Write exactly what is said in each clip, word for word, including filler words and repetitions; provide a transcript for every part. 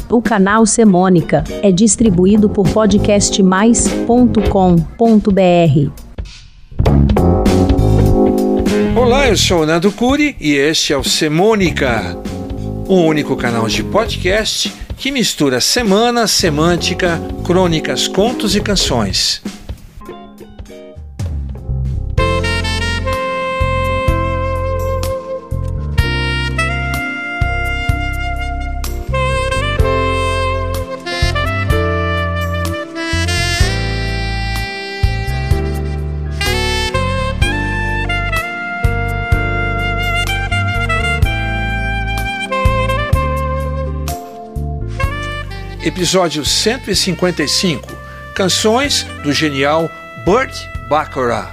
O canal Semônica é distribuído por podcast mais ponto com ponto b r. Olá, eu sou o Nando Curi e este é o Semônica, o único canal de podcast que mistura semana, semântica, crônicas, contos e canções. Episódio cento e cinquenta e cinco, Canções do genial Burt Bacharach.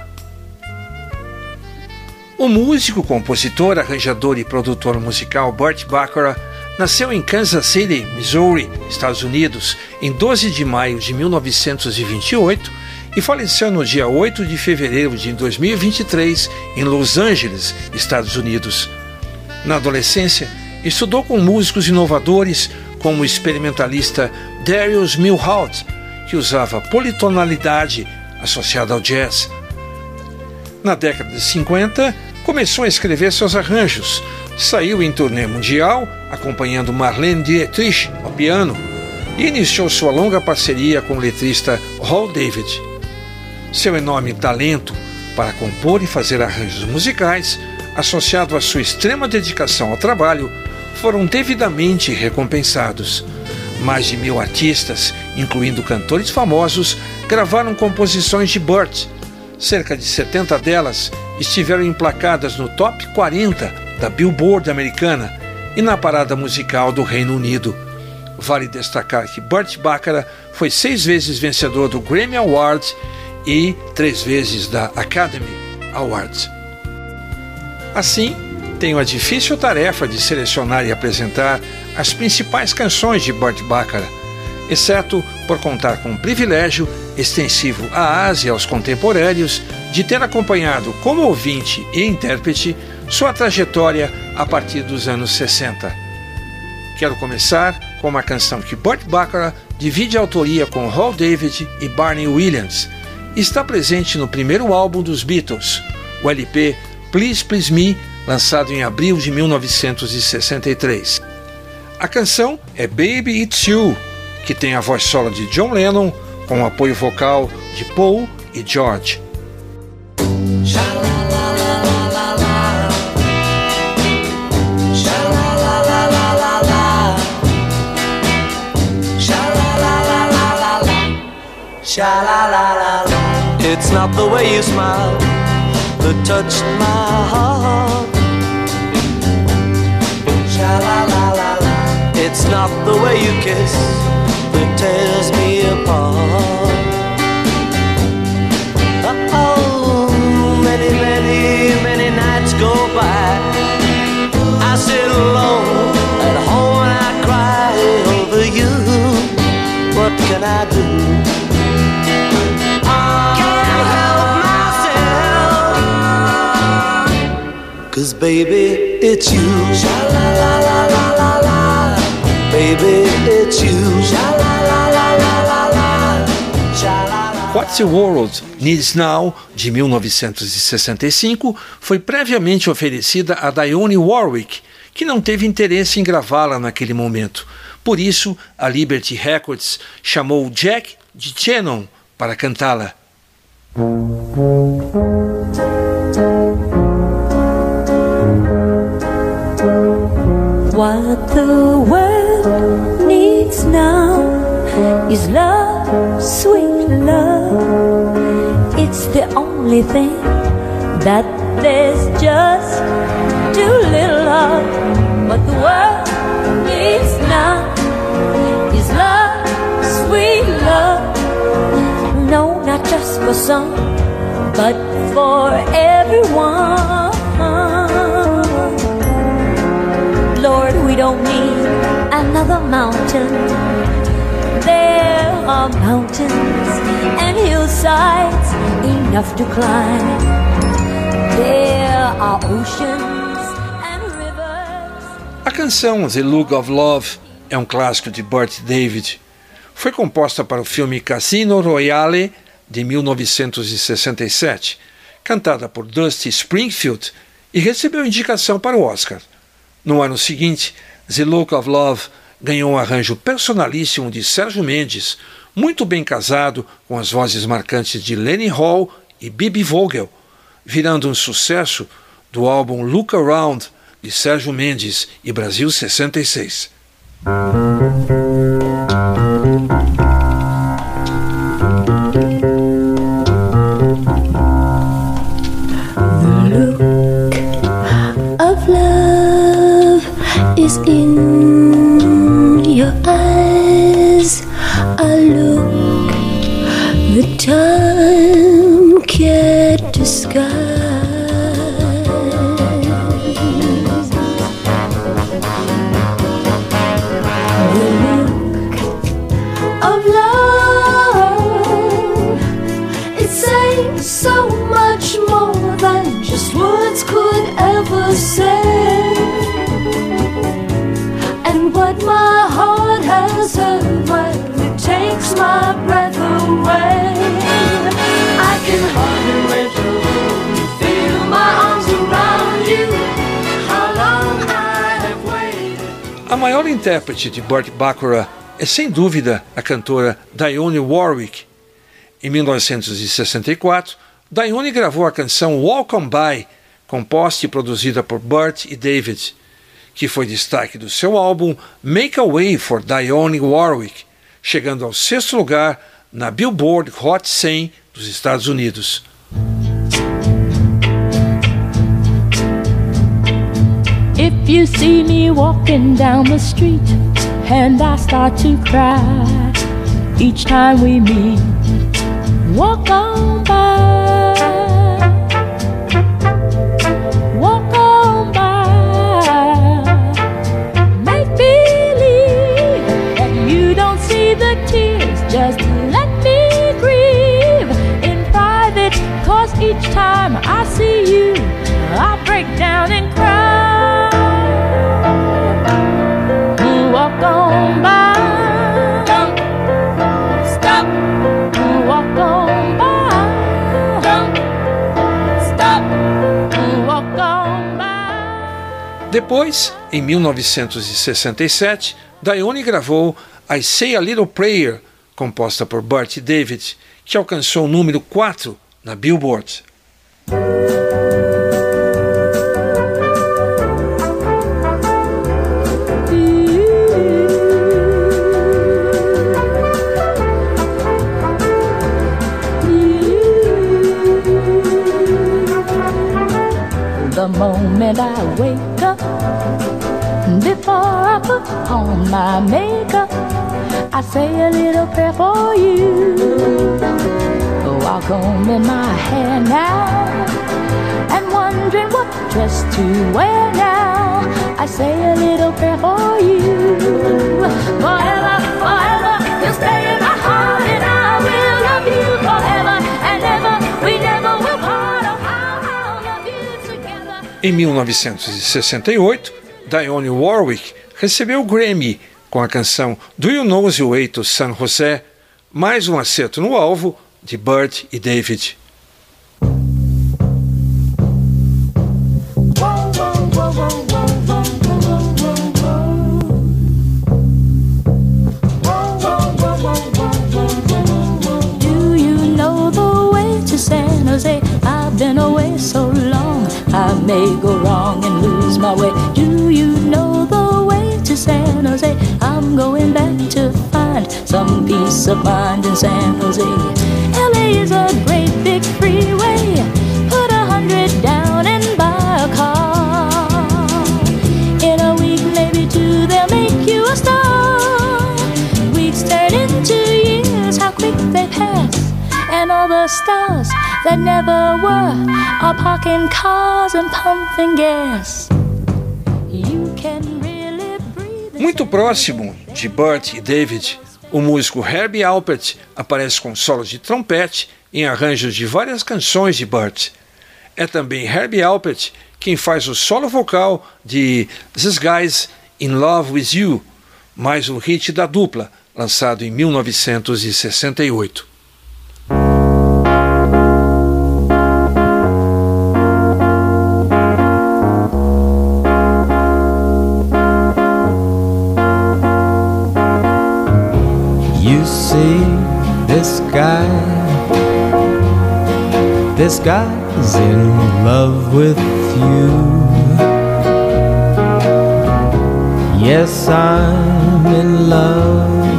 O músico, compositor, arranjador e produtor musical Burt Bacharach nasceu em Kansas City, Missouri, Estados Unidos, em doze de maio de mil novecentos e vinte e oito e faleceu no dia oito de fevereiro de dois mil e vinte e três em Los Angeles, Estados Unidos. Na adolescência, estudou com músicos inovadores como o experimentalista Darius Milhaud, que usava politonalidade associada ao jazz. Na década de cinquenta, começou a escrever seus arranjos, saiu em turnê mundial, acompanhando Marlene Dietrich ao piano, e iniciou sua longa parceria com o letrista Hal David. Seu enorme talento para compor e fazer arranjos musicais, associado à sua extrema dedicação ao trabalho, foram devidamente recompensados. Mais de mil artistas, incluindo cantores famosos, gravaram composições de Burt. Cerca de setenta delas estiveram emplacadas no top quarenta da Billboard americana e na parada musical do Reino Unido. Vale destacar que Burt Bacharach foi seis vezes vencedor do Grammy Award e três vezes da Academy Award. Assim, tenho a difícil tarefa de selecionar e apresentar as principais canções de Burt Bacharach, exceto por contar com o privilégio, extensivo à Ásia e aos contemporâneos, de ter acompanhado como ouvinte e intérprete sua trajetória a partir dos anos sessenta. Quero começar com uma canção que Burt Bacharach divide a autoria com Hal David e Barney Williams. Está presente no primeiro álbum dos Beatles, o L P Please Please Me, lançado em abril de mil novecentos e sessenta e três. A canção é Baby It's You, que tem a voz solo de John Lennon, com o apoio vocal de Paul e George. It's not the way you smile that touched my heart. Sha-la-la-la-la. It's not the way you kiss that tears me apart. Oh, many, many, many nights go by. I sit alone at home and I cry over you. What can I do? Cause baby, it's you. Sha-la-la-la-la-la-la. Baby, it's you. Sha-la-la-la-la-la-la. Sha-la-la. What the World Needs Now, de mil novecentos e sessenta e cinco, foi previamente oferecida a Dionne Warwick, que não teve interesse em gravá-la naquele momento. Por isso, a Liberty Records chamou Jack DeChannon para cantá-la. What the world needs now is love, sweet love. It's the only thing that there's just too little of. What the world needs now is love, sweet love. No, not just for some, but for everyone. Lord, we don't need another mountain. There are mountains and hillsides enough to climb. There are oceans and rivers. A canção The Look of Love é um clássico de Burt e David. Foi composta para o filme Casino Royale, de mil novecentos e sessenta e sete, cantada por Dusty Springfield, e recebeu indicação para o Oscar. No ano seguinte, The Look of Love ganhou um arranjo personalíssimo de Sérgio Mendes, muito bem casado com as vozes marcantes de Lenny Hall e Bibi Vogel, virando um sucesso do álbum Look Around, de Sérgio Mendes e Brasil sessenta e seis. Is in your eyes a look that time can't disguise. The look of love, it says so much more than just words could ever say. What my heart has heard, well, it takes my breath away. I can hardly wait to feel my arms around you. How long I have waited. A maior intérprete de Burt Bacharach é sem dúvida a cantora Dionne Warwick. Em mil novecentos e sessenta e quatro, Dionne gravou a canção Walk On By, composta e produzida por Burt e David, que foi destaque do seu álbum Make a Way for Dionne Warwick, chegando ao sexto lugar na Billboard Hot cem dos Estados Unidos. If you see me walking down the street and I start to cry each time we meet, walk on by. Just let me grieve in private, cause each time I see you, I break down and cry. Walk on by, don't stop. Walk on by, don't stop. Walk on by. Depois, em mil novecentos e sessenta e sete, Dionne gravou I Say a Little Prayer, composta por Burt e David, que alcançou o número quatro na Billboard. The moment I wake up, before I put on my makeup, I say a little prayer for you. While combing my hair now and wondering what dress to wear now, I say a little prayer for you. Forever, forever, you'll stay in my heart, and I will love you forever and ever. We never will part. Oh, how I'll love you together. Em mil novecentos e sessenta e oito, Dionne Warwick recebeu o Grammy com a canção Do You Know the Way to San Jose, mais um acerto no alvo de Burt e David. Do you know the way to San Jose? I've been away so long, I may go wrong and lose my way. Do you know the way to San Jose? I'm going back to find some peace of mind in San Jose. L A is a great big freeway. Put a hundred down and buy a car. In a week, maybe two, they'll make you a star. Weeks turn into years, how quick they pass. And all the stars that never were are parking cars and pumping gas. You can really breathe. Muito próximo de Burt e David, o músico Herbie Alpert aparece com solos de trompete em arranjos de várias canções de Burt. É também Herbie Alpert quem faz o solo vocal de These Guys in Love With You, mais um hit da dupla, lançado em mil novecentos e sessenta e oito. You see this guy, this guy's in love with you. Yes, I'm in love.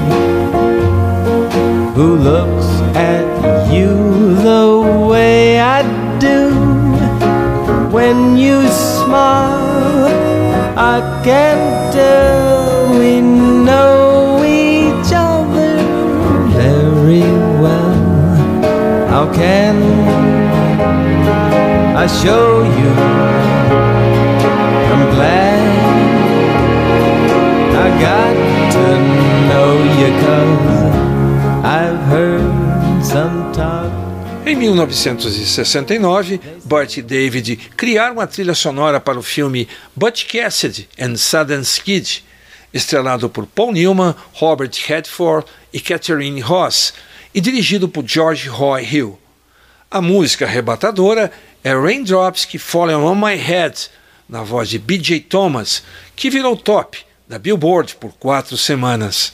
Who looks at you the way I do? When you smile, I can tell we know each other very well. How can I show you? I'm glad I got to know you 'cause I've heard some talk. Em mil novecentos e sessenta e nove, Burt e David criaram a trilha sonora para o filme Butch Cassidy and Sundance Kid, estrelado por Paul Newman, Robert Redford e Catherine Ross, e dirigido por George Roy Hill. A música arrebatadora é Raindrops Keep Falling on My Head, na voz de B J Thomas, que virou top da Billboard por quatro semanas.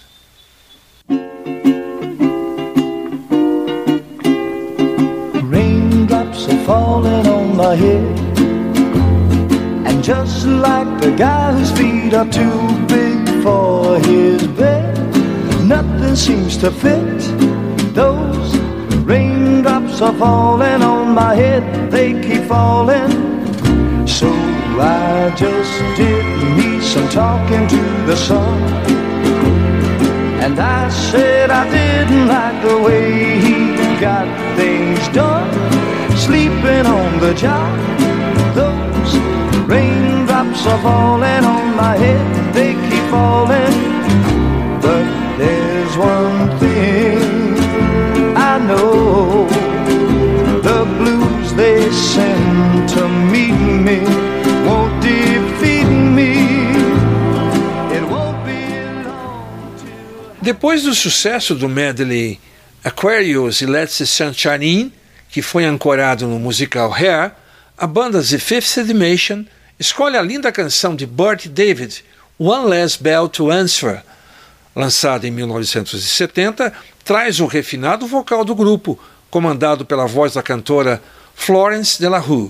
Raindrops are falling on my head, and just like the guy whose feet are too big for his bed, nothing seems to fit. Those raindrops are falling on my head, they keep falling. So I just did me some talking to the sun, and I said I didn't like the way he got things done, sleeping on the job. Those raindrops are falling on my head, they keep falling. But there's one thing I know, the blues they send to meet me won't defeat me. It won't be long till... Depois do sucesso do medley Aquarius e Let's the Sunshine In, que foi ancorado no musical Hair, a banda The Fifth Dimension escolhe a linda canção de Burt e David, One Last Bell to Answer. Lançada em mil novecentos e setenta, traz o refinado vocal do grupo, comandado pela voz da cantora Florence Delahoo.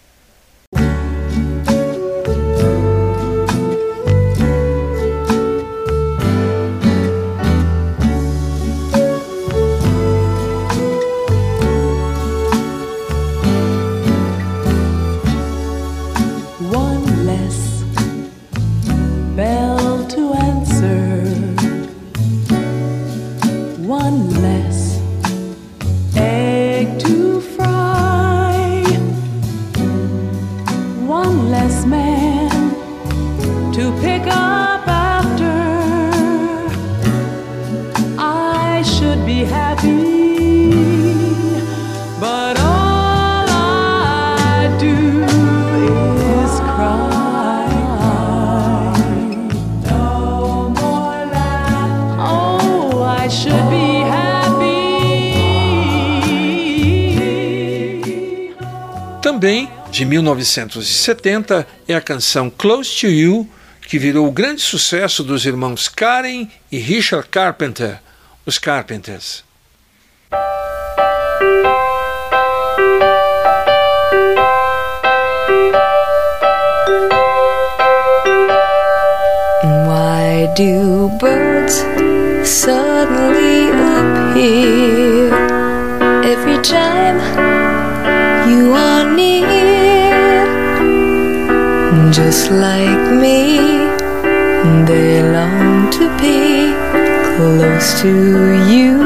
One less bell to answer, one less egg to fry, one less man to pick up after. I should be happy, but all I do is cry. No more laugh. Oh, I should be happy. Também, de mil novecentos e setenta, é a canção Close to You, que virou o grande sucesso dos irmãos Karen e Richard Carpenter, os Carpenters. Why do birds suddenly appear every time you are near? Just like me, they long to be close to you.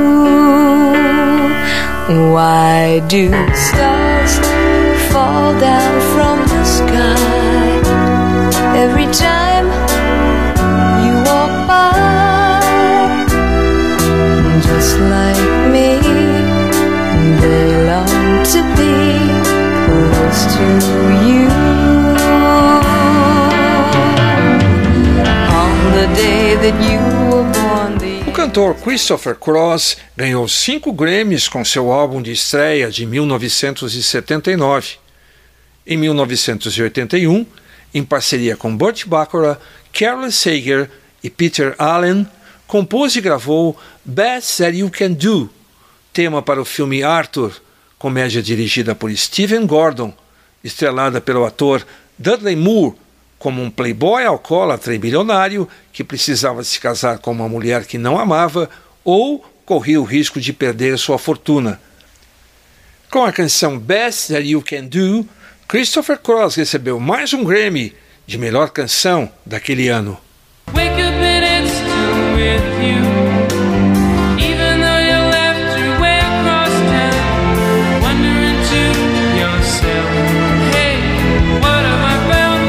Why do stars fall down from the sky every time you walk by? Just like me, they long to be close to you. On the day that you were born. The O cantor Christopher Cross ganhou cinco Grammys com seu álbum de estreia de mil novecentos e setenta e nove. Em mil novecentos e oitenta e um, em parceria com Burt Bacharach, Carole Sager e Peter Allen, compôs e gravou Best That You Can Do, tema para o filme Arthur, comédia dirigida por Stephen Gordon, estrelada pelo ator Dudley Moore como um playboy alcoólatra e bilionário que precisava se casar com uma mulher que não amava ou corria o risco de perder sua fortuna. Com a canção Best That You Can Do, Christopher Cross recebeu mais um Grammy de melhor canção daquele ano. Wake up and it's still with you, even though you left your way across town, wondering to yourself, hey, what have I found?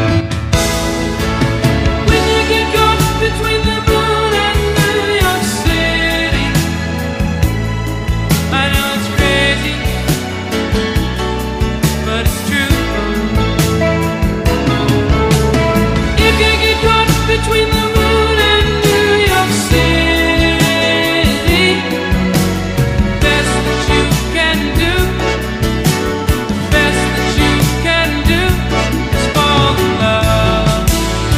When you get caught between the moon and New York City, I know it's crazy, but it's true. If you get caught between the moon and New York City, best that you can do, best that you can do is fall in love.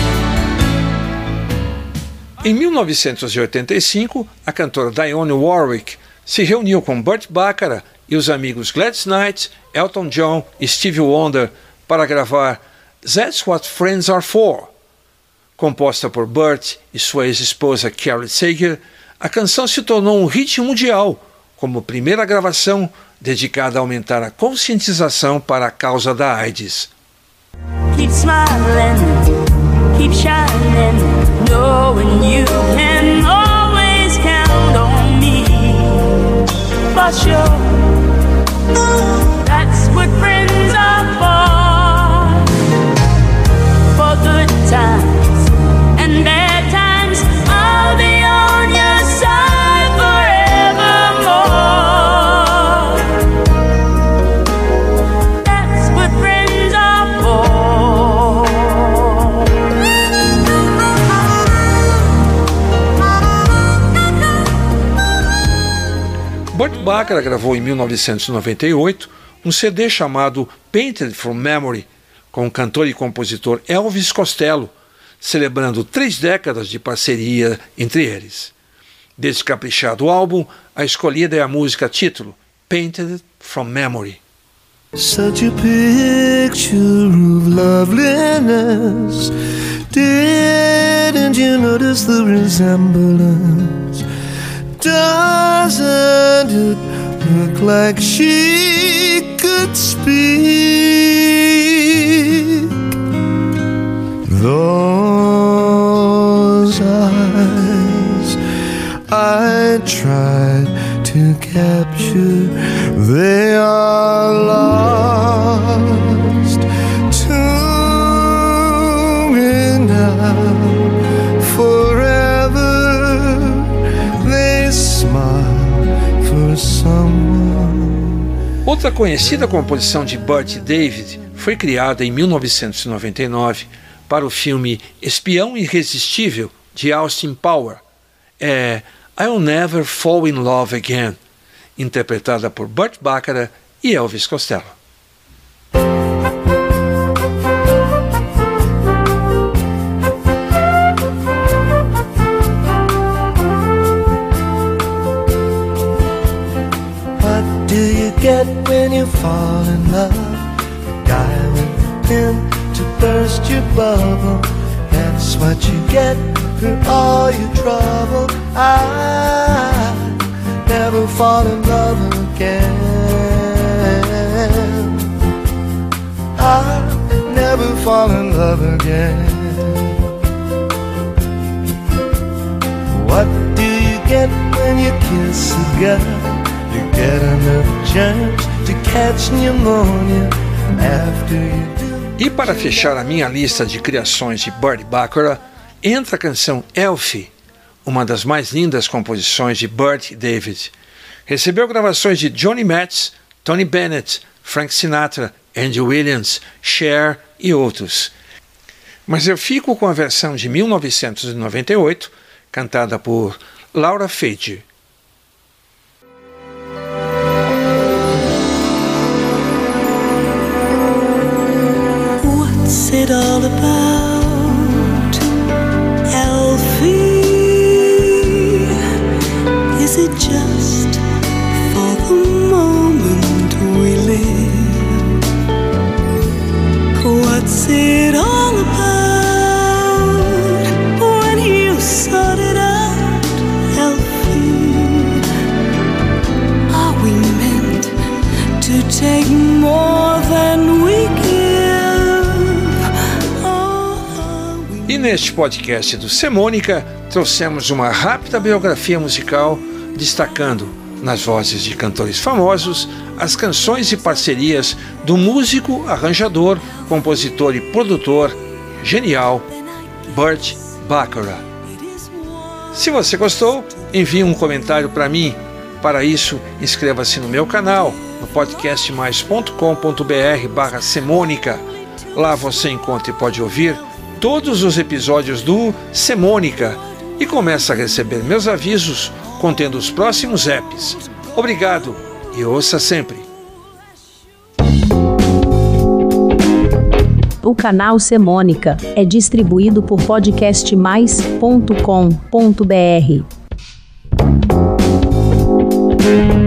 Em mil novecentos e oitenta e cinco, a cantora Dionne Warwick se reuniu com Burt Bacharach e os amigos Gladys Knight, Elton John e Stevie Wonder para gravar That's What Friends Are For. Composta por Burt e sua ex-esposa Carole Sager, a canção se tornou um hit mundial, como primeira gravação dedicada a aumentar a conscientização para a causa da AIDS. Keep smiling, keep shining, knowing you can always count on me. For sure, that's what friends are for. For good times and bad times, I'll be on your side forevermore. That's what friends are for. Burt Bacharach gravou em mil novecentos e noventa e oito um C D chamado Painted from Memory, com o cantor e compositor Elvis Costello, celebrando três décadas de parceria entre eles. Desse caprichado álbum, a escolhida é a música título, Painted from Memory. Such a picture of loveliness. Didn't you notice the resemblance? Doesn't it look like she could speak? Those eyes I tried to capture, they are lost to me now. Forever they smile for someone. Outra conhecida composição de Burt e David foi criada em mil novecentos e noventa e nove para o filme Espião Irresistível, de Austin Power. É I'll Never Fall in Love Again, interpretada por Burt Bacharach e Elvis Costello. What do you get when you fall in love? A guy with a pen to burst your bubble. That's what you get for all your trouble. I never fall in love again. I never fall in love again. What do you get when you kiss a girl? You get enough germs to catch pneumonia after you do. E para fechar a minha lista de criações de Burt Bacharach, entra a canção Elfie, uma das mais lindas composições de Burt e David. Recebeu gravações de Johnny Metz, Tony Bennett, Frank Sinatra, Andy Williams, Cher e outros. Mas eu fico com a versão de mil novecentos e noventa e oito, cantada por Laura Fage. What's it all about, Elfie? Is it just for the moment we live? What's it all about when you sort it out, Elfie? Are we meant to take more than we give? Or are we... E neste podcast do Semônica, trouxemos uma rápida biografia musical destacando, nas vozes de cantores famosos, as canções e parcerias do músico, arranjador, compositor e produtor genial Burt Bacharach. Se você gostou, envie um comentário para mim. Para isso, inscreva-se no meu canal, no podcast mais ponto com ponto br barra Semônica. Lá você encontra e pode ouvir todos os episódios do Semônica e começa a receber meus avisos contendo os próximos apps. Obrigado e ouça sempre. O canal Semônica é distribuído por podcast mais ponto com ponto br.